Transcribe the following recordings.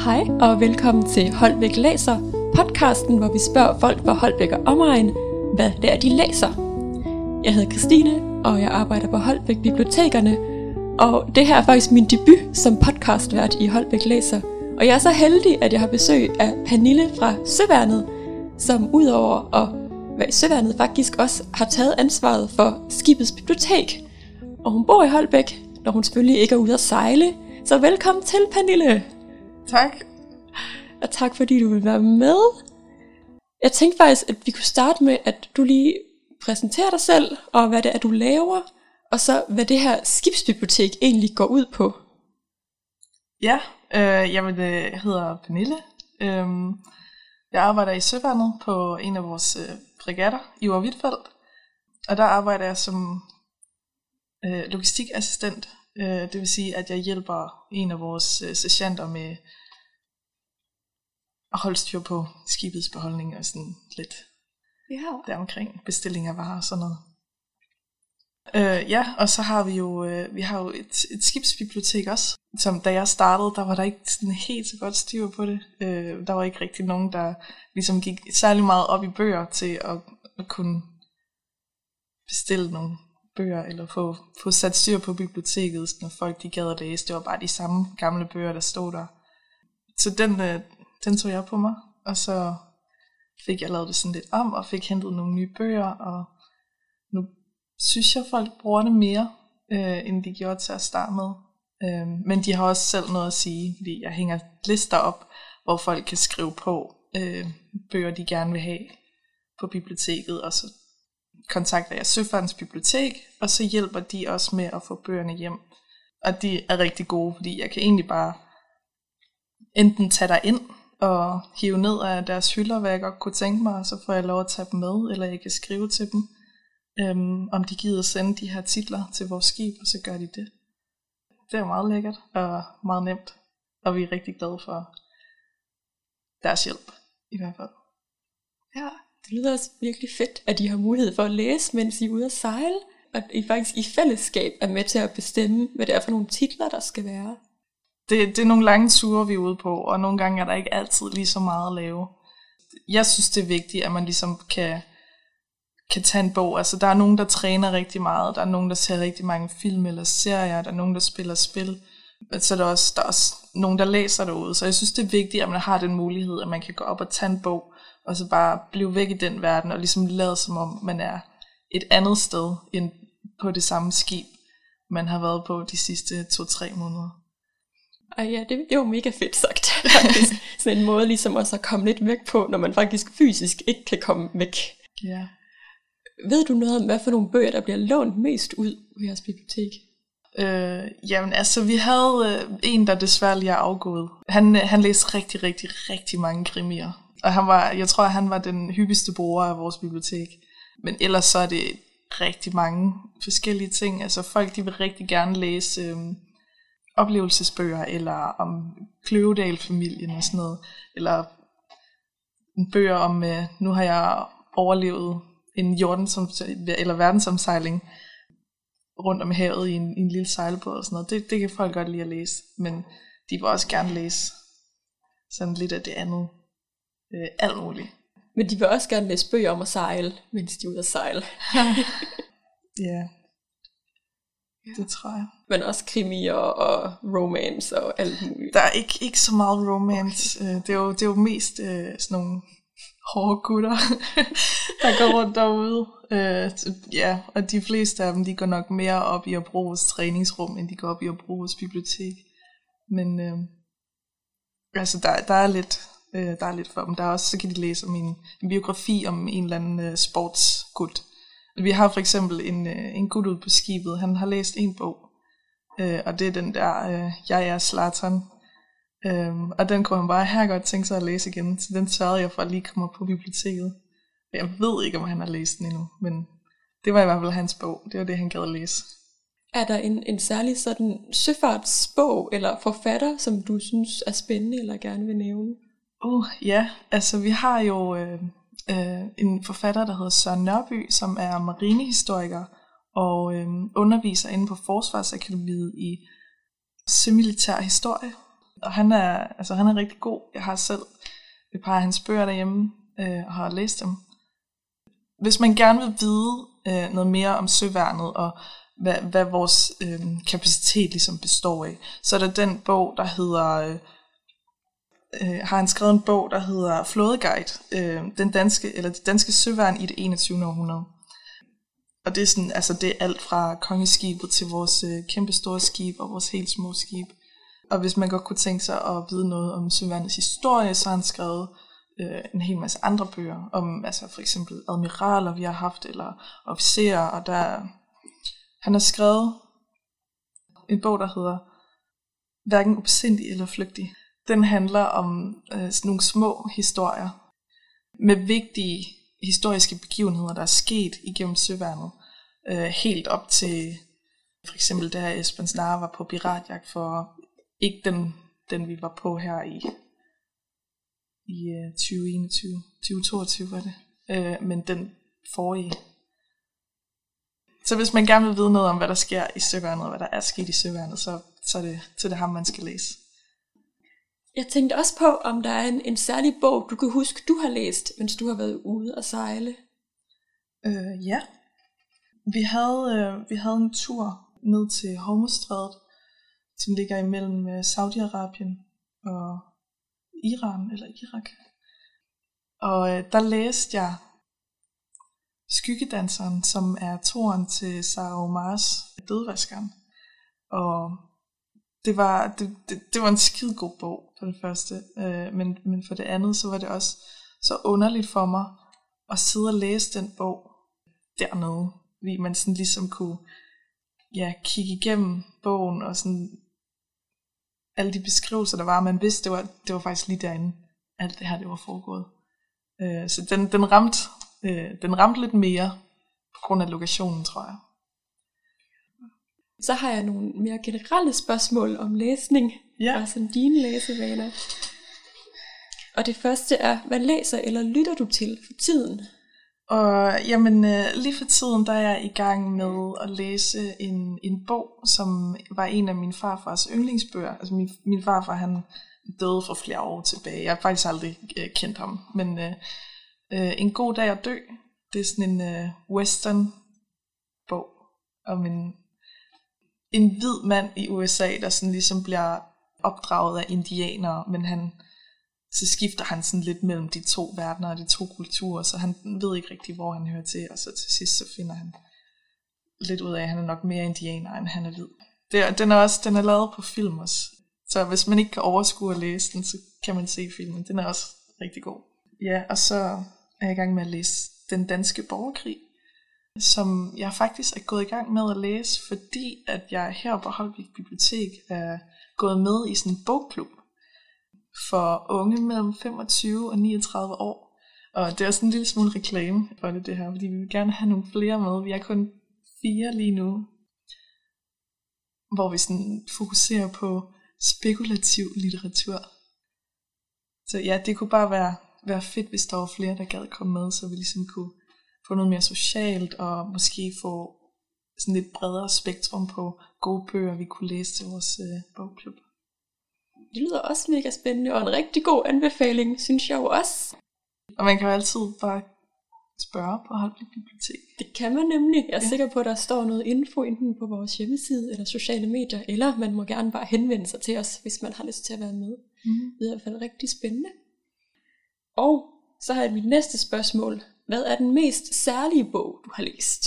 Hej og velkommen til Holbæk Læser, podcasten, hvor vi spørger folk fra Holbæk og omegn, hvad det er, de læser. Jeg hedder Christine, og jeg arbejder på Holbæk Bibliotekerne, og det her er faktisk min debut som podcastvært i Holbæk Læser. Og jeg er så heldig, at jeg har besøg af Pernille fra Søværnet, som udover at være i Søværnet faktisk også har taget ansvaret for skibets bibliotek. Og hun bor i Holbæk, når hun selvfølgelig ikke er ude at sejle. Så velkommen til, Pernille. Tak. Og tak fordi du vil være med. Jeg tænkte faktisk, at vi kunne starte med, at du lige præsenterer dig selv, og hvad det er, du laver, og så hvad det her skibsbibliotek egentlig går ud på. Ja, jeg hedder Pernille. Jeg arbejder i Søværnet på en af vores fregatter, Iver Huitfeldt. Og der arbejder jeg som logistikassistent. Det vil sige, at jeg hjælper en af vores sergeanter med at holde styr på skibets beholdning og sådan lidt deromkring bestilling af varer og sådan noget. Og så har vi har jo et skibsbibliotek også, som da jeg startede, der var der ikke sådan helt så godt styr på det. Der var ikke rigtig nogen, der ligesom gik særlig meget op i bøger til at kunne bestille nogle bøger, eller få sat styr på biblioteket, når folk de gad at læse. Det var bare de samme gamle bøger, der stod der. Så den tog jeg på mig, og så fik jeg lavet det sådan lidt om, og fik hentet nogle nye bøger, og nu synes jeg, folk bruger det mere, end de gjorde til at starte med. Men de har også selv noget at sige, fordi jeg hænger lister op, hvor folk kan skrive på bøger, de gerne vil have på biblioteket, og så kontakter jeg Søfartens bibliotek, og så hjælper de også med at få bøgerne hjem. Og de er rigtig gode, fordi jeg kan egentlig bare enten tage dig ind og hive ned af deres hylder, hvad jeg godt kunne tænke mig, og så får jeg lov at tage dem med, eller jeg kan skrive til dem, om de gider sende de her titler til vores skib, og så gør de det. Det er meget lækkert og meget nemt, og vi er rigtig glade for deres hjælp, i hvert fald. Ja, det lyder også virkelig fedt, at I har mulighed for at læse, mens I er ude at sejle, og I faktisk i fællesskab er med til at bestemme, hvad det er for nogle titler, der skal være. Det er nogle lange ture, vi er ude på, og nogle gange er der ikke altid lige så meget at lave. Jeg synes, det er vigtigt, at man ligesom kan tage en bog. Altså, der er nogen, der træner rigtig meget, der er nogen, der ser rigtig mange film eller serier, der er nogen, der spiller spil. Så er der er også nogen, der læser derude. Så jeg synes, det er vigtigt, at man har den mulighed, at man kan gå op og tage en bog, og så bare blive væk i den verden, og ligesom lade som om, man er et andet sted, end på det samme skib, man har været på de sidste 2-3 måneder. Og ja, det er jo mega fedt sagt. Sådan en måde ligesom også at komme lidt væk på, når man faktisk fysisk ikke kan komme væk. Ja. Ved du noget om, hvad for nogle bøger, der bliver lånt mest ud på jeres bibliotek? Jamen altså, vi havde en, der desværre lige er afgået. Han læste rigtig, rigtig, rigtig mange krimier. Og jeg tror, han var den hyppigste bruger af vores bibliotek. Men ellers så er det rigtig mange forskellige ting. Altså folk, de vil rigtig gerne læse oplevelsesbøger, eller om Kløvedal-familien og sådan noget. Eller bøger om, nu har jeg overlevet en verdensomsejling rundt om havet i en lille sejlbåd og sådan noget. Det kan folk godt lide at læse, men de vil også gerne læse sådan lidt af det andet. Alt muligt. Men de vil også gerne læse bøger om at sejle, mens de er ude at sejle. Ja, det tror jeg. Men også krimier og romance og alt muligt. Der er ikke så meget romance. Okay. Det er jo mest sådan nogle hårde gutter, der går rundt derude. Og de fleste af dem, de går nok mere op i at bruge vores træningsrum, end de går op i at bruge vores bibliotek. Men altså der er lidt for dem. Der er også, så kan de læse om en biografi om en eller anden sportsgud. Vi har for eksempel en gut ude på skibet. Han har læst en bog, og det er den der Jeg er Zlatan. Og den kunne han bare her godt tænke sig at læse igen. Så den sørgede jeg for at lige komme på biblioteket. Jeg ved ikke, om han har læst den endnu, men det var i hvert fald hans bog. Det var det, han gad at læse. Er der en særlig sådan søfartsbog eller forfatter, som du synes er spændende eller gerne vil nævne? Ja, altså vi har jo en forfatter, der hedder Søren Nørby, som er marinehistoriker og underviser inde på Forsvarsakademiet i sømilitær historie. Og han er rigtig god. Jeg har selv et par af hans bøger derhjemme, og har læst dem. Hvis man gerne vil vide noget mere om søværnet, og hvad vores kapacitet ligesom består af, så er der den bog, der hedder... har han skrevet en bog, der hedder Flådeguide, det danske søværn i det 21. århundrede. Og det er sådan, det er alt fra kongeskibet til vores kæmpe store skib og vores helt små skib. Og hvis man godt kunne tænke sig at vide noget om søværnets historie, så har han skrevet en hel masse andre bøger om for eksempel admiraler, vi har haft, eller officerer. Og han har skrevet en bog, der hedder Hverken opsindig eller flygtig. Den handler om sådan nogle små historier med vigtige historiske begivenheder, der er sket igennem søværnet. Helt op til for eksempel da Esbern Snare var på piratjagt for ikke den vi var på her i 2022 var det, men den forrige. Så hvis man gerne vil vide noget om, hvad der sker i søværnet, og hvad der er sket i søværnet, så er det ham, man skal læse. Jeg tænkte også på, om der er en særlig bog, du kan huske, du har læst, mens du har været ude at sejle. Ja. Vi havde en tur ned til Hormuzstrædet, som ligger imellem Saudi-Arabien og Iran eller Irak. Og der læste jeg Skyggedanseren, som er toren til Sara Omars Dødvaskeren. Og det var en skidegod bog for det første, men for det andet, så var det også så underligt for mig at sidde og læse den bog dernede, fordi man sådan ligesom kunne kigge igennem bogen og sådan alle de beskrivelser der var, man vidste det var faktisk lige derinde alt det her det var foregået. Så den ramte lidt mere på grund af lokationen, tror jeg. Så har jeg nogle mere generelle spørgsmål om læsning, og sådan dine læsevaner. Og det første er, hvad læser eller lytter du til for tiden? Og lige for tiden, der er jeg i gang med at læse en bog, som var en af min farfars yndlingsbøger. Altså min farfar, han døde for flere år tilbage. Jeg har faktisk aldrig kendt ham, men En god dag at dø, det er sådan en western bog om en hvid mand i USA, der sådan ligesom bliver opdraget af indianere, men så skifter han sådan lidt mellem de to verdener og de to kulturer, så han ved ikke rigtig, hvor han hører til, og så til sidst så finder han lidt ud af, at han er nok mere indianer, end han er hvid. Den er lavet på film også, så hvis man ikke kan overskue at læse den, så kan man se filmen. Den er også rigtig god. Ja, og så er jeg i gang med at læse Den danske borgerkrig, som jeg faktisk er gået i gang med at læse, fordi at jeg her på Holbæk Bibliotek er gået med i sådan en bogklub for unge mellem 25 og 39 år. Og det er sådan en lille smule reklame for det her, fordi vi vil gerne have nogle flere med. Vi er kun 4 lige nu, hvor vi sådan fokuserer på spekulativ litteratur. Så ja, det kunne bare være fedt, hvis der var flere, der gad komme med, så vi ligesom kunne få noget mere socialt, og måske få sådan lidt bredere spektrum på gode bøger, vi kunne læse til vores bogklub. Det lyder også mega spændende, og en rigtig god anbefaling, synes jeg jo også. Og man kan jo altid bare spørge på Holbæk Bibliotek. Det kan man nemlig. Jeg er sikker på, at der står noget info enten på vores hjemmeside eller sociale medier, eller man må gerne bare henvende sig til os, hvis man har lyst til at være med. Det er i hvert fald rigtig spændende. Og så har jeg mit næste spørgsmål. Hvad er den mest særlige bog, du har læst?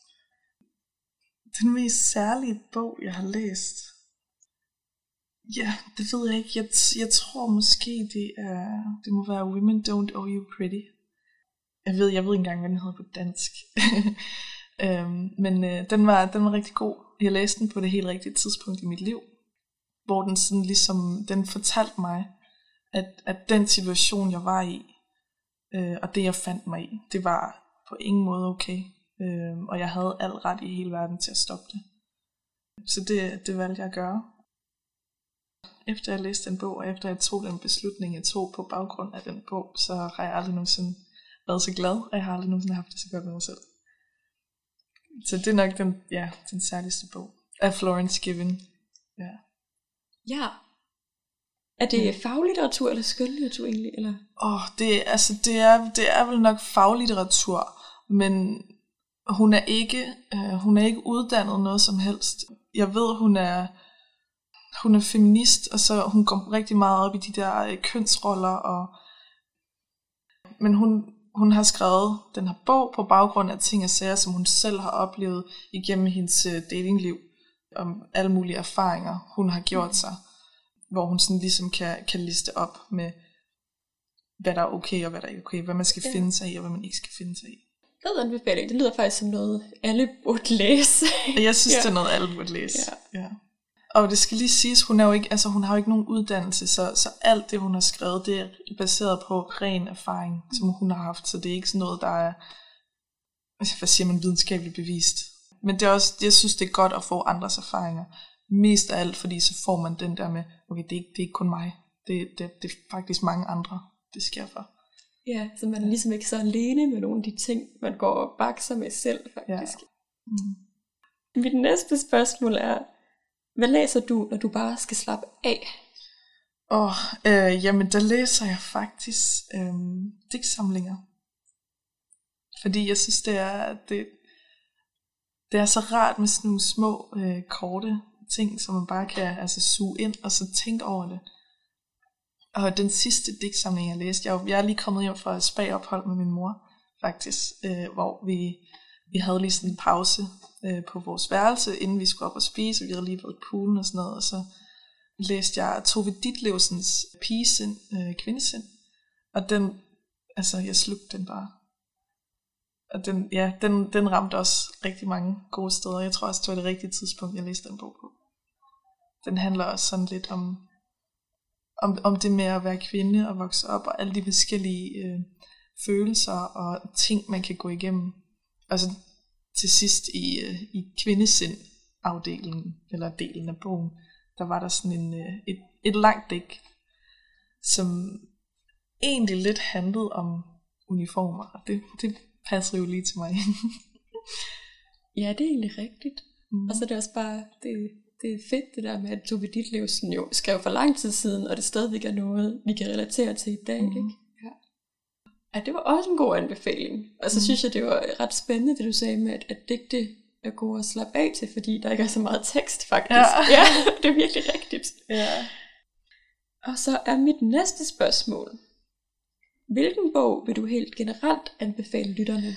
Den mest særlige bog, jeg har læst? Ja, det ved jeg ikke. Jeg tror måske, det må være Women Don't Owe You Pretty. Jeg ved ikke engang, hvad den hedder på dansk. Men den var rigtig god. Jeg læste den på det helt rigtige tidspunkt i mit liv, hvor den sådan ligesom, den fortalte mig, at den situation, jeg var i, og det jeg fandt mig i, det var på ingen måde okay. Og jeg havde al ret i hele verden til at stoppe det. Så det valgte jeg at gøre. Efter jeg læste den bog, og efter jeg tog den beslutning, jeg tog på baggrund af den bog, så har jeg aldrig nogensinde været så glad, og jeg har aldrig nogensinde haft det så godt med mig selv. Så det er nok den særligste bog af Florence Given. Ja. Ja. Er det faglitteratur eller skønlitteratur egentlig? Eller? Det er vel nok faglitteratur, men hun er ikke uddannet noget som helst. Jeg ved, hun er feminist, og så hun går rigtig meget op i de der kønsroller. Men hun har skrevet den her bog på baggrund af ting og sager, som hun selv har oplevet igennem hendes datingliv. Om alle mulige erfaringer, hun har gjort sig. Hvor hun sådan ligesom kan liste op med, hvad der er okay og hvad der ikke er okay. Hvad man skal finde sig i, og hvad man ikke skal finde sig i. Fed anbefaling. Det lyder faktisk som noget, alle burde læse. Jeg synes, det er noget, alle burde læse. Ja. Og det skal lige siges, hun har jo ikke nogen uddannelse, så alt det, hun har skrevet, det er baseret på ren erfaring, som hun har haft. Så det er ikke sådan noget, der er, hvad siger man, videnskabeligt bevist. Men det er også, jeg synes, det er godt at få andres erfaringer. Mest af alt, fordi så får man den der med, okay, det er ikke kun mig. Det er faktisk mange andre, det sker for. Ja, så man er ligesom ikke så alene med nogle af de ting, man går og bakser med selv, faktisk. Ja. Mit næste spørgsmål er, hvad læser du, når du bare skal slappe af? Jamen, der læser jeg faktisk digtsamlinger. Fordi jeg synes, det er så rart med sådan nogle små, korte ting, som man bare kan suge ind og så tænke over det. Og den sidste digtsamling, jeg læste, jeg er lige kommet hjem fra et spa-ophold med min mor, faktisk, hvor vi havde lige sådan en pause på vores værelse, inden vi skulle op og spise, og vi havde lige været i poolen og sådan noget, og så læste jeg Tove Ditlevsens Pigesind, Kvindesind, og den, jeg slugte den bare. Og den ramte også rigtig mange gode steder. Jeg tror også, det var det rigtige tidspunkt, jeg læste den bog på. Den handler også sådan lidt om det med at være kvinde og vokse op, og alle de forskellige følelser og ting, man kan gå igennem. Og så til sidst i kvindesind-afdelingen, eller delen af bogen, der var der sådan et langt digt, som egentlig lidt handlede om uniformer, og det passer jo lige til mig. Ja, det er egentlig rigtigt. Og så er det også bare, det er fedt det der med, at Tove Ditlevsen jo skrev for lang tid siden, og det stadigvæk er noget, vi kan relatere til i dag, ikke? Ja, det var også en god anbefaling. Og så synes jeg, det var ret spændende, det du sagde med, at digte er gode at slappe af til, fordi der ikke er så meget tekst, faktisk. Ja, det er virkelig rigtigt. Ja. Og så er mit næste spørgsmål. Hvilken bog vil du helt generelt anbefale lytterne?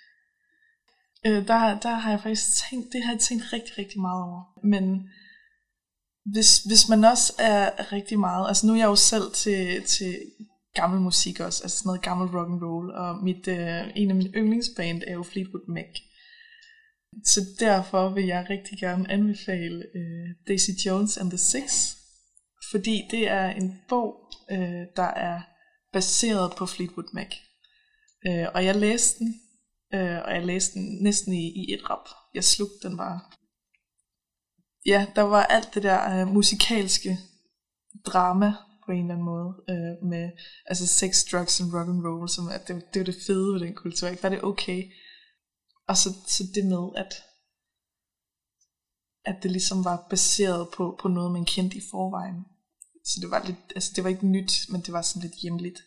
Der har jeg faktisk tænkt rigtig, rigtig meget over. Men hvis man også er rigtig meget, nu er jeg jo selv til gammel musik også, sådan noget gammel rock and roll, og en af mine yndlingsband er jo Fleetwood Mac. Så derfor vil jeg rigtig gerne anbefale Daisy Jones and the Six, fordi det er en bog, der er baseret på Fleetwood Mac. Og jeg læste den, næsten i et rap. Jeg slugte den bare. Ja, der var alt det der musikalske drama på en eller anden måde, med sex, drugs and rock and roll, som at det var det fede ved den kultur. Ikke? Var det okay? Og så det med, at det ligesom var baseret på noget, man kendte i forvejen. Så det var lidt, det var ikke nyt, men det var sådan lidt hjemligt.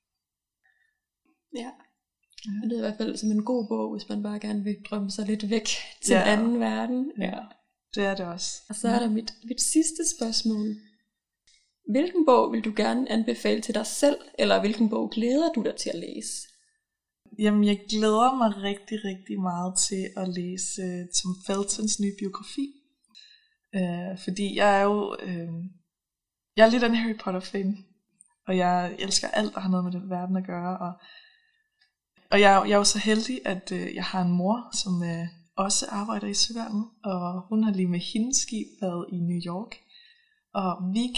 Ja. Det er i hvert fald som en god bog, hvis man bare gerne vil drømme sig lidt væk til en anden verden. Ja, det er det også. Og så er der mit sidste spørgsmål. Hvilken bog vil du gerne anbefale til dig selv, eller hvilken bog glæder du dig til at læse? Jamen, jeg glæder mig rigtig, rigtig meget til at læse Tom Feltons nye biografi. Fordi jeg er jo jeg er lidt en Harry Potter-fan, og jeg elsker alt, der har noget med den verden at gøre. Og jeg er jo så heldig, at jeg har en mor, som også arbejder i Søværnet, og hun har lige med hendes skib været i New York. Og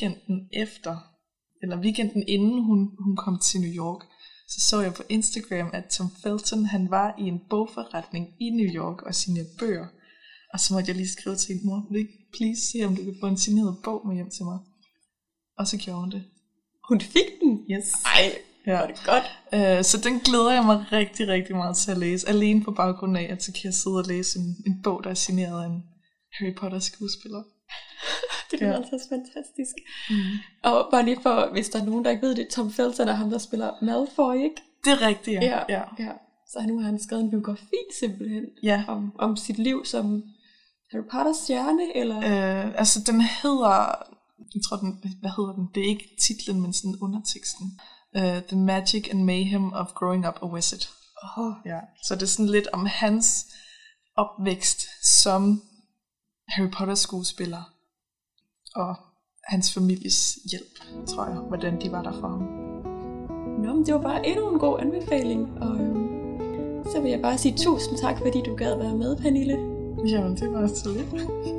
weekenden inden hun kom til New York, så jeg på Instagram, at Tom Felton, han var i en bogforretning i New York og signerede bøger. Og så måtte jeg lige skrive til hende, mor, vil du ikke please se, om du kan få en signeret bog med hjem til mig? Og så gjorde hun det. Hun fik den? Yes. Ej, var det godt. Så den glæder jeg mig rigtig, rigtig meget til at læse. Alene på baggrund af, at så kan jeg sidde og læse en bog, der er signeret af en Harry Potter skuespiller. Det lyder altså fantastisk. Og bare lige for, hvis der er nogen, der ikke ved det, Tom Felton er ham, der spiller Malfoy, ikke? Det er rigtigt, ja. Så nu har han skrevet en biografi simpelthen om sit liv som Harry Potters stjerne, eller? Altså den hedder, jeg tror hvad hedder den? Det er ikke titlen, men sådan underteksten. The Magic and Mayhem of Growing Up a Wizard. Ja. Så det er sådan lidt om hans opvækst som Harry Potter skuespiller og hans families hjælp, tror jeg, hvordan de var der for ham. Nå, men det var bare endnu en god anbefaling, og så vil jeg bare sige tusind tak, fordi du gad være med, Pernille. Jamen, det var så lidt.